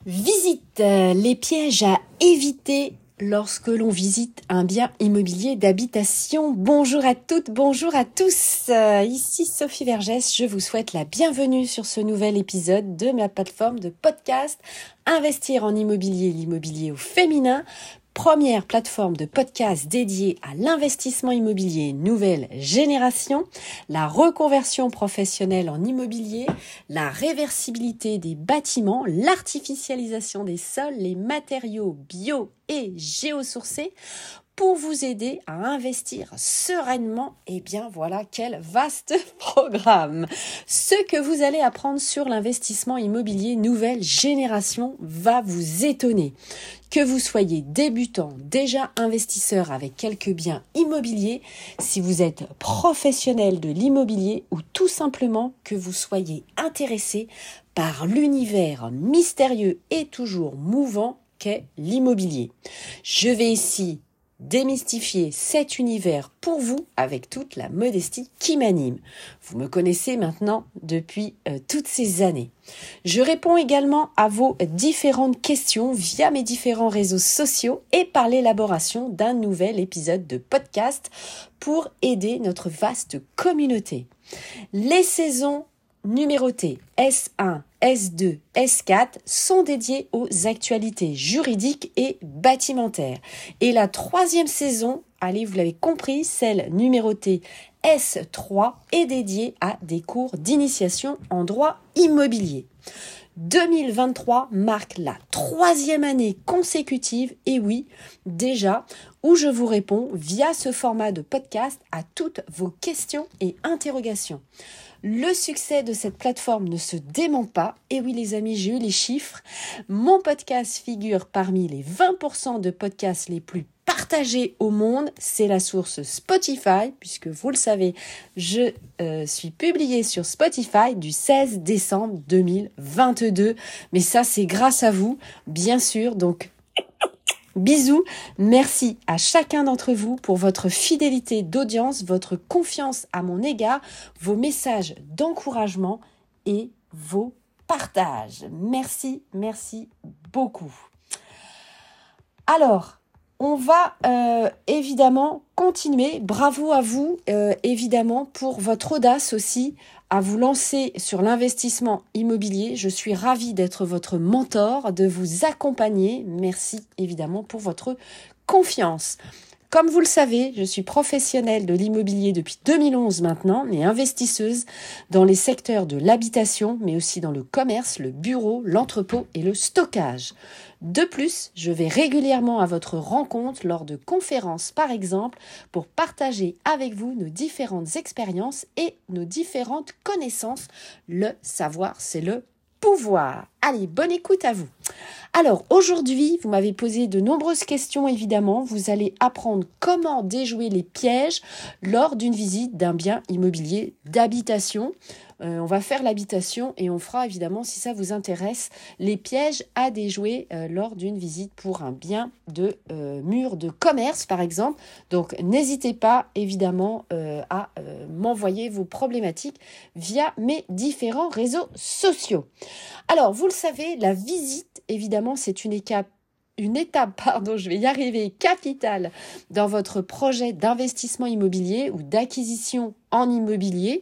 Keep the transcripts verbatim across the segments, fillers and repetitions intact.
Visite, euh, les pièges à éviter lorsque l'on visite un bien immobilier d'habitation. Bonjour à toutes, bonjour à tous. Euh, ici Sophie Vergès, je vous souhaite la bienvenue sur ce nouvel épisode de ma plateforme de podcast Investir en immobilier, l'immobilier au féminin. Première plateforme de podcast dédiée à l'investissement immobilier nouvelle génération, la reconversion professionnelle en immobilier, la réversibilité des bâtiments, l'artificialisation des sols, les matériaux bio et géosourcés pour vous aider à investir sereinement. Et bien voilà, quel vaste programme! Ce que vous allez apprendre sur l'investissement immobilier nouvelle génération va vous étonner. Que vous soyez débutant, déjà investisseur avec quelques biens immobiliers, si vous êtes professionnel de l'immobilier ou tout simplement que vous soyez intéressé par l'univers mystérieux et toujours mouvant qu'est l'immobilier. Je vais ici démystifier cet univers pour vous avec toute la modestie qui m'anime. Vous me connaissez maintenant depuis euh, toutes ces années. Je réponds également à vos différentes questions via mes différents réseaux sociaux et par l'élaboration d'un nouvel épisode de podcast pour aider notre vaste communauté. Les saisons numérotées S un, S deux, S quatre sont dédiées aux actualités juridiques et bâtimentaires. Et la troisième saison, allez, vous l'avez compris, celle numérotée S trois, est dédiée à des cours d'initiation en droit immobilier. deux mille vingt-trois marque la troisième année consécutive, et oui, déjà, où je vous réponds via ce format de podcast à toutes vos questions et interrogations. Le succès de cette plateforme ne se dément pas. Et oui les amis, j'ai eu les chiffres. Mon podcast figure parmi les vingt pour cent de podcasts les plus partagés au monde. C'est la source Spotify, puisque vous le savez, je euh, suis publiée sur Spotify du seize décembre deux mille vingt-deux. Mais ça, c'est grâce à vous, bien sûr. Donc, bisous, merci à chacun d'entre vous pour votre fidélité d'audience, votre confiance à mon égard, vos messages d'encouragement et vos partages. Merci, merci beaucoup. Alors, on va euh, évidemment continuer. Bravo à vous, euh, évidemment, pour votre audace aussi à vous lancer sur l'investissement immobilier. Je suis ravie d'être votre mentor, de vous accompagner. Merci évidemment pour votre confiance. Comme vous le savez, je suis professionnelle de l'immobilier depuis deux mille onze maintenant, et investisseuse dans les secteurs de l'habitation, mais aussi dans le commerce, le bureau, l'entrepôt et le stockage. De plus, je vais régulièrement à votre rencontre lors de conférences, par exemple, pour partager avec vous nos différentes expériences et nos différentes connaissances. Le savoir, c'est le pouvoir. Allez, bonne écoute à vous. Alors, aujourd'hui, vous m'avez posé de nombreuses questions, évidemment. Vous allez apprendre comment déjouer les pièges lors d'une visite d'un bien immobilier d'habitation. Euh, on va faire l'habitation et on fera, évidemment, si ça vous intéresse, les pièges à déjouer euh, lors d'une visite pour un bien de euh, mur de commerce, par exemple. Donc, n'hésitez pas, évidemment, euh, à euh, m'envoyer vos problématiques via mes différents réseaux sociaux. Alors, vous le savez, la visite, évidemment, c'est une étape Une étape, pardon, je vais y arriver, capitale dans votre projet d'investissement immobilier ou d'acquisition en immobilier.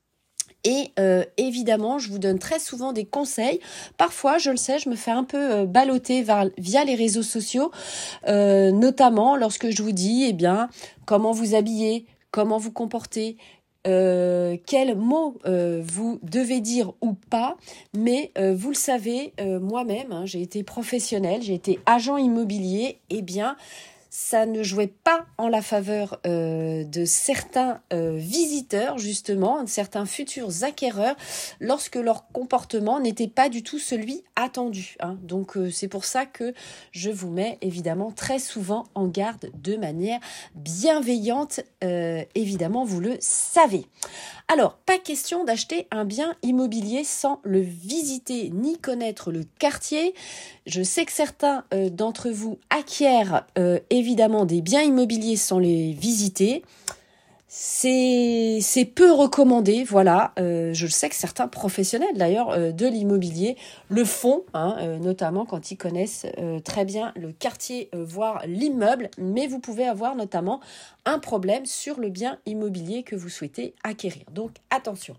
Et euh, évidemment, je vous donne très souvent des conseils. Parfois, je le sais, je me fais un peu euh, balloter vers, via les réseaux sociaux, euh, notamment lorsque je vous dis, eh bien, comment vous habiller, comment vous comporter, Euh, quels mots euh, vous devez dire ou pas, mais euh, vous le savez, euh, moi-même, hein, j'ai été professionnelle, j'ai été agent immobilier, et eh bien, ça ne jouait pas en la faveur euh, de certains euh, visiteurs, justement, de certains futurs acquéreurs, lorsque leur comportement n'était pas du tout celui attendu. Hein. Donc, euh, c'est pour ça que je vous mets évidemment très souvent en garde de manière bienveillante. Euh, évidemment, vous le savez. Alors, pas question d'acheter un bien immobilier sans le visiter ni connaître le quartier. Je sais que certains euh, d'entre vous acquièrent euh, évidemment des biens immobiliers sans les visiter. C'est, c'est peu recommandé, voilà. Euh, je sais que certains professionnels d'ailleurs euh, de l'immobilier le font, hein, euh, notamment quand ils connaissent euh, très bien le quartier, euh, voire l'immeuble. Mais vous pouvez avoir notamment un problème sur le bien immobilier que vous souhaitez acquérir. Donc attention.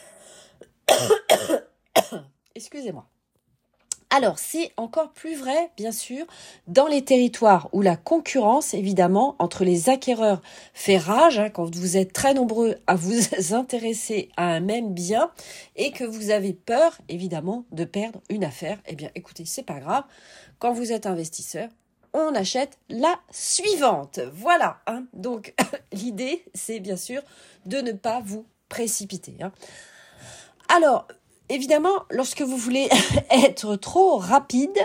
Excusez-moi. Alors, c'est encore plus vrai, bien sûr, dans les territoires où la concurrence, évidemment, entre les acquéreurs fait rage, hein, quand vous êtes très nombreux à vous intéresser à un même bien et que vous avez peur, évidemment, de perdre une affaire. Eh bien, écoutez, c'est pas grave. Quand vous êtes investisseur, on achète la suivante. Voilà, hein. Donc, l'idée, c'est bien sûr de ne pas vous précipiter, hein. Alors, évidemment, lorsque vous voulez être trop rapide,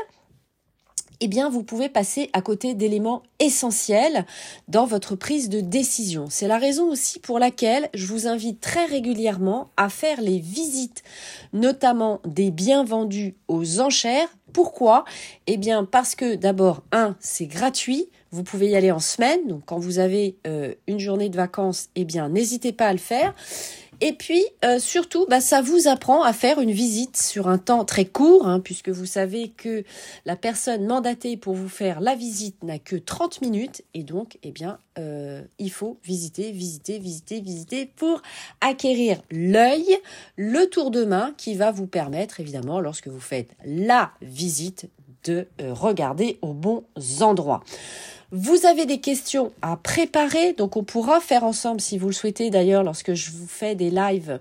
eh bien, vous pouvez passer à côté d'éléments essentiels dans votre prise de décision. C'est la raison aussi pour laquelle je vous invite très régulièrement à faire les visites, notamment des biens vendus aux enchères. Pourquoi ? Eh bien, parce que d'abord, un, c'est gratuit. Vous pouvez y aller en semaine. Donc, quand vous avez euh, une journée de vacances, eh bien, n'hésitez pas à le faire. Et puis, euh, surtout, bah, ça vous apprend à faire une visite sur un temps très court, hein, puisque vous savez que la personne mandatée pour vous faire la visite n'a que trente minutes. Et donc, eh bien, euh, il faut visiter, visiter, visiter, visiter pour acquérir l'œil, le tour de main qui va vous permettre, évidemment, lorsque vous faites la visite, de euh, regarder aux bons endroits. Vous avez des questions à préparer, donc on pourra faire ensemble, si vous le souhaitez d'ailleurs, lorsque je vous fais des lives,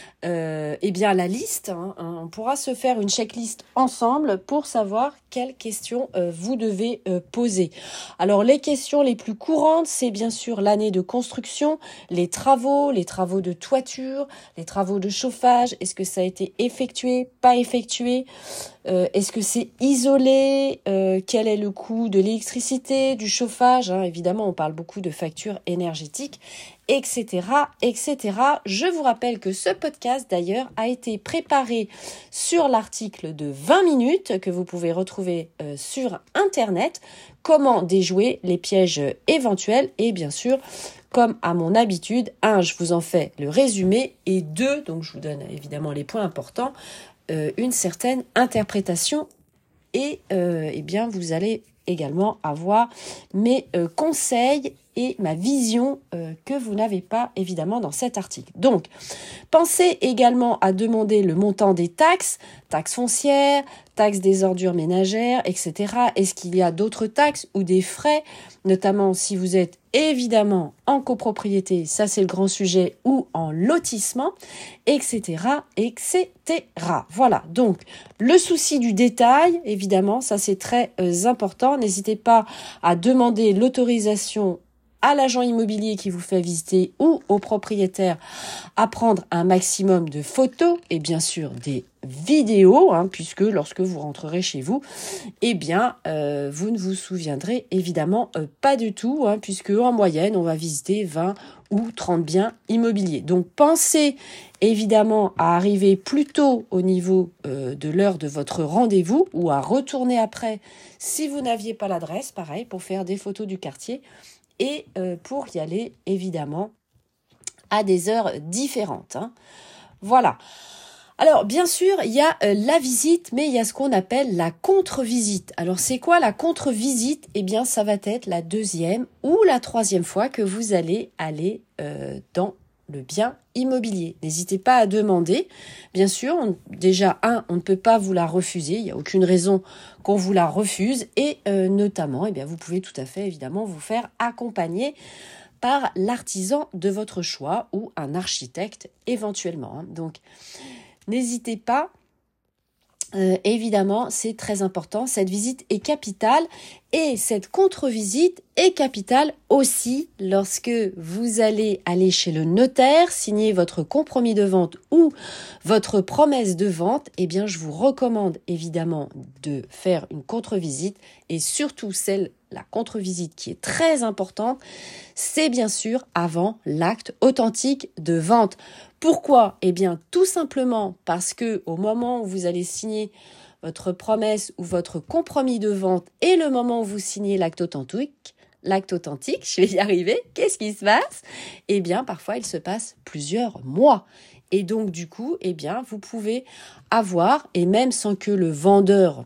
euh, eh bien la liste, hein, hein, on pourra se faire une checklist ensemble pour savoir quelles questions euh, vous devez euh, poser. Alors les questions les plus courantes, c'est bien sûr l'année de construction, les travaux, les travaux de toiture, les travaux de chauffage, est-ce que ça a été effectué, pas effectué, euh, est-ce que c'est isolé, euh, quel est le coût de l'électricité, du chauffage, hein, évidemment on parle beaucoup de factures énergétiques, etc., et cetera. Je vous rappelle que ce podcast, d'ailleurs, a été préparé sur l'article de vingt minutes que vous pouvez retrouver euh, sur Internet. Comment déjouer les pièges éventuels et bien sûr, comme à mon habitude, un, je vous en fais le résumé et deux, donc je vous donne évidemment les points importants, euh, une certaine interprétation et euh, eh bien vous allez également avoir mes euh, conseils et ma vision euh, que vous n'avez pas évidemment dans cet article. Donc, pensez également à demander le montant des taxes, taxes foncières, taxes des ordures ménagères, et cetera. Est-ce qu'il y a d'autres taxes ou des frais, notamment si vous êtes évidemment en copropriété, ça c'est le grand sujet, ou en lotissement, et cetera, et cetera. Voilà, donc le souci du détail, évidemment, ça c'est très euh, important. N'hésitez pas à demander l'autorisation à l'agent immobilier qui vous fait visiter ou au propriétaire à prendre un maximum de photos et bien sûr des vidéos, hein, puisque lorsque vous rentrerez chez vous, eh bien, euh, vous ne vous souviendrez évidemment euh, pas du tout, hein, puisque en moyenne, on va visiter vingt ou trente biens immobiliers. Donc, pensez évidemment à arriver plus tôt au niveau euh, de l'heure de votre rendez-vous ou à retourner après si vous n'aviez pas l'adresse, pareil, pour faire des photos du quartier. Et euh, pour y aller, évidemment, à des heures différentes, hein. Voilà. Alors, bien sûr, il y a euh, la visite, mais il y a ce qu'on appelle la contre-visite. Alors, c'est quoi la contre-visite ? Eh bien, ça va être la deuxième ou la troisième fois que vous allez aller euh, dans le bien immobilier. N'hésitez pas à demander. Bien sûr, on, déjà, un, on ne peut pas vous la refuser. Il n'y a aucune raison qu'on vous la refuse. Et euh, notamment, eh bien, vous pouvez tout à fait, évidemment, vous faire accompagner par l'artisan de votre choix ou un architecte éventuellement, hein. Donc, n'hésitez pas. Euh, évidemment, c'est très important. Cette visite est capitale et cette contre-visite est capitale aussi lorsque vous allez aller chez le notaire, signer votre compromis de vente ou votre promesse de vente. Eh bien, je vous recommande évidemment de faire une contre-visite et surtout celle, la contre-visite qui est très importante, c'est bien sûr avant l'acte authentique de vente. Pourquoi ? Eh bien, tout simplement parce que au moment où vous allez signer votre promesse ou votre compromis de vente et le moment où vous signez l'acte authentique, l'acte authentique, je vais y arriver, qu'est-ce qui se passe? Eh bien, parfois, il se passe plusieurs mois. Et donc, du coup, eh bien, vous pouvez avoir, et même sans que le vendeur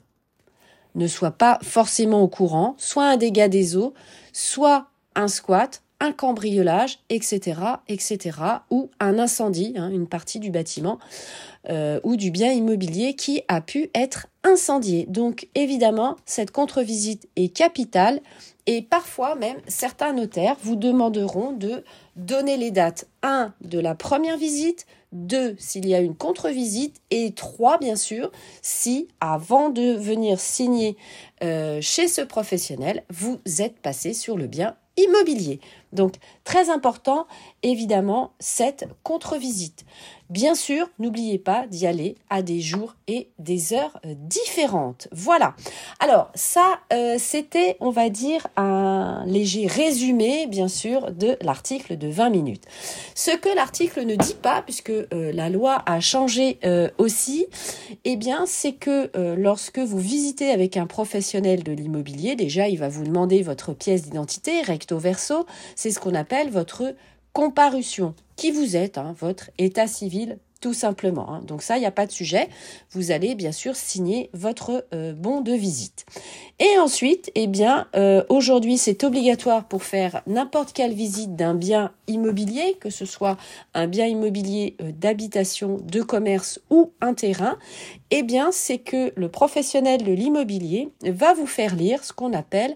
ne soit pas forcément au courant, soit un dégât des eaux, soit un squat, un cambriolage, et cetera, et cetera, ou un incendie, hein, une partie du bâtiment euh, ou du bien immobilier qui a pu être incendié. Donc, évidemment, cette contre-visite est capitale et parfois même, certains notaires vous demanderont de donner les dates, un, de la première visite, deux, s'il y a une contre-visite, et trois, bien sûr, si, avant de venir signer euh, chez ce professionnel, vous êtes passé sur le bien immobilier. Donc, très important, évidemment, cette contre-visite. Bien sûr, n'oubliez pas d'y aller à des jours et des heures différentes. Voilà. Alors, ça, euh, c'était, on va dire, un léger résumé, bien sûr, de l'article de vingt minutes. Ce que l'article ne dit pas, puisque euh, la loi a changé euh, aussi, eh bien, c'est que euh, lorsque vous visitez avec un professionnel de l'immobilier, déjà, il va vous demander votre pièce d'identité, recto verso, c'est ce qu'on appelle votre comparution. Qui vous êtes, hein, votre état civil, tout simplement. Hein. Donc ça, il n'y a pas de sujet. Vous allez bien sûr signer votre euh, bon de visite. Et ensuite, eh bien, euh, aujourd'hui, c'est obligatoire pour faire n'importe quelle visite d'un bien immobilier, que ce soit un bien immobilier euh, d'habitation, de commerce ou un terrain, eh bien, c'est que le professionnel de l'immobilier va vous faire lire ce qu'on appelle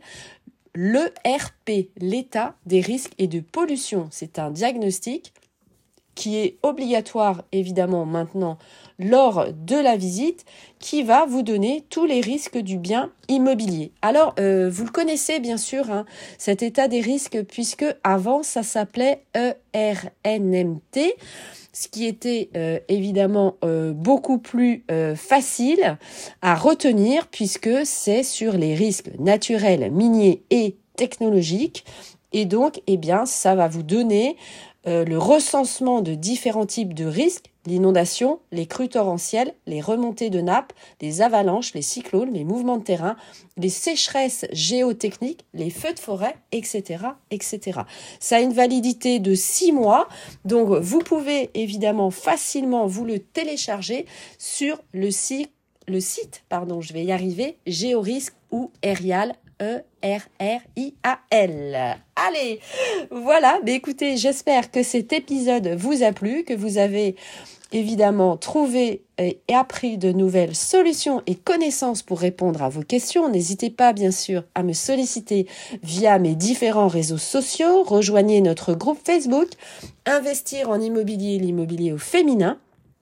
l'E R P, l'état des risques et de pollution. C'est un diagnostic qui est obligatoire évidemment maintenant lors de la visite, qui va vous donner tous les risques du bien immobilier. Alors, euh, vous le connaissez bien sûr, hein, cet état des risques, puisque avant ça s'appelait E R N M T, ce qui était euh, évidemment euh, beaucoup plus euh, facile à retenir, puisque c'est sur les risques naturels, miniers et technologiques. Et donc, eh bien, ça va vous donner Euh, le recensement de différents types de risques, l'inondation, les crues torrentielles, les remontées de nappes, les avalanches, les cyclones, les mouvements de terrain, les sécheresses géotechniques, les feux de forêt, et cetera, et cetera. Ça a une validité de six mois, donc vous pouvez évidemment facilement vous le télécharger sur le site, le site, pardon, je vais y arriver, Géorisque ou Erial, E R R I A L. Allez, voilà, mais écoutez, j'espère que cet épisode vous a plu, que vous avez évidemment trouvé et appris de nouvelles solutions et connaissances pour répondre à vos questions. N'hésitez pas, bien sûr, à me solliciter via mes différents réseaux sociaux. Rejoignez notre groupe Facebook, Investir en immobilier, l'immobilier au féminin.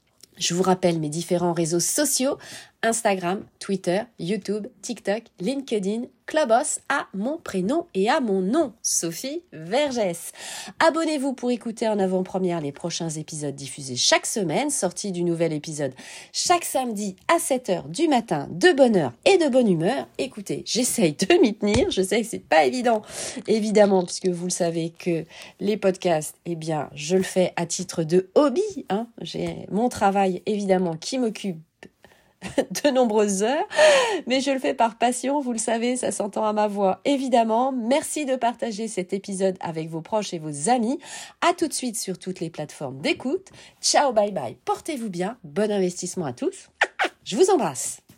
Je vous rappelle mes différents réseaux sociaux, Instagram, Twitter, YouTube, TikTok, LinkedIn, Clubhouse, à mon prénom et à mon nom, Sophie Vergès. Abonnez-vous pour écouter en avant-première les prochains épisodes diffusés chaque semaine, sortie du nouvel épisode chaque samedi à sept heures du matin, de bonne heure et de bonne humeur. Écoutez, j'essaye de m'y tenir, je sais que c'est pas évident, évidemment, puisque vous le savez que les podcasts, eh bien, je le fais à titre de hobby, hein. J'ai mon travail, évidemment, qui m'occupe de nombreuses heures, mais je le fais par passion, vous le savez, ça s'entend à ma voix, évidemment. Merci de partager cet épisode avec vos proches et vos amis. À tout de suite sur toutes les plateformes d'écoute. Ciao, bye bye, portez-vous bien, bon investissement à tous. Je vous embrasse.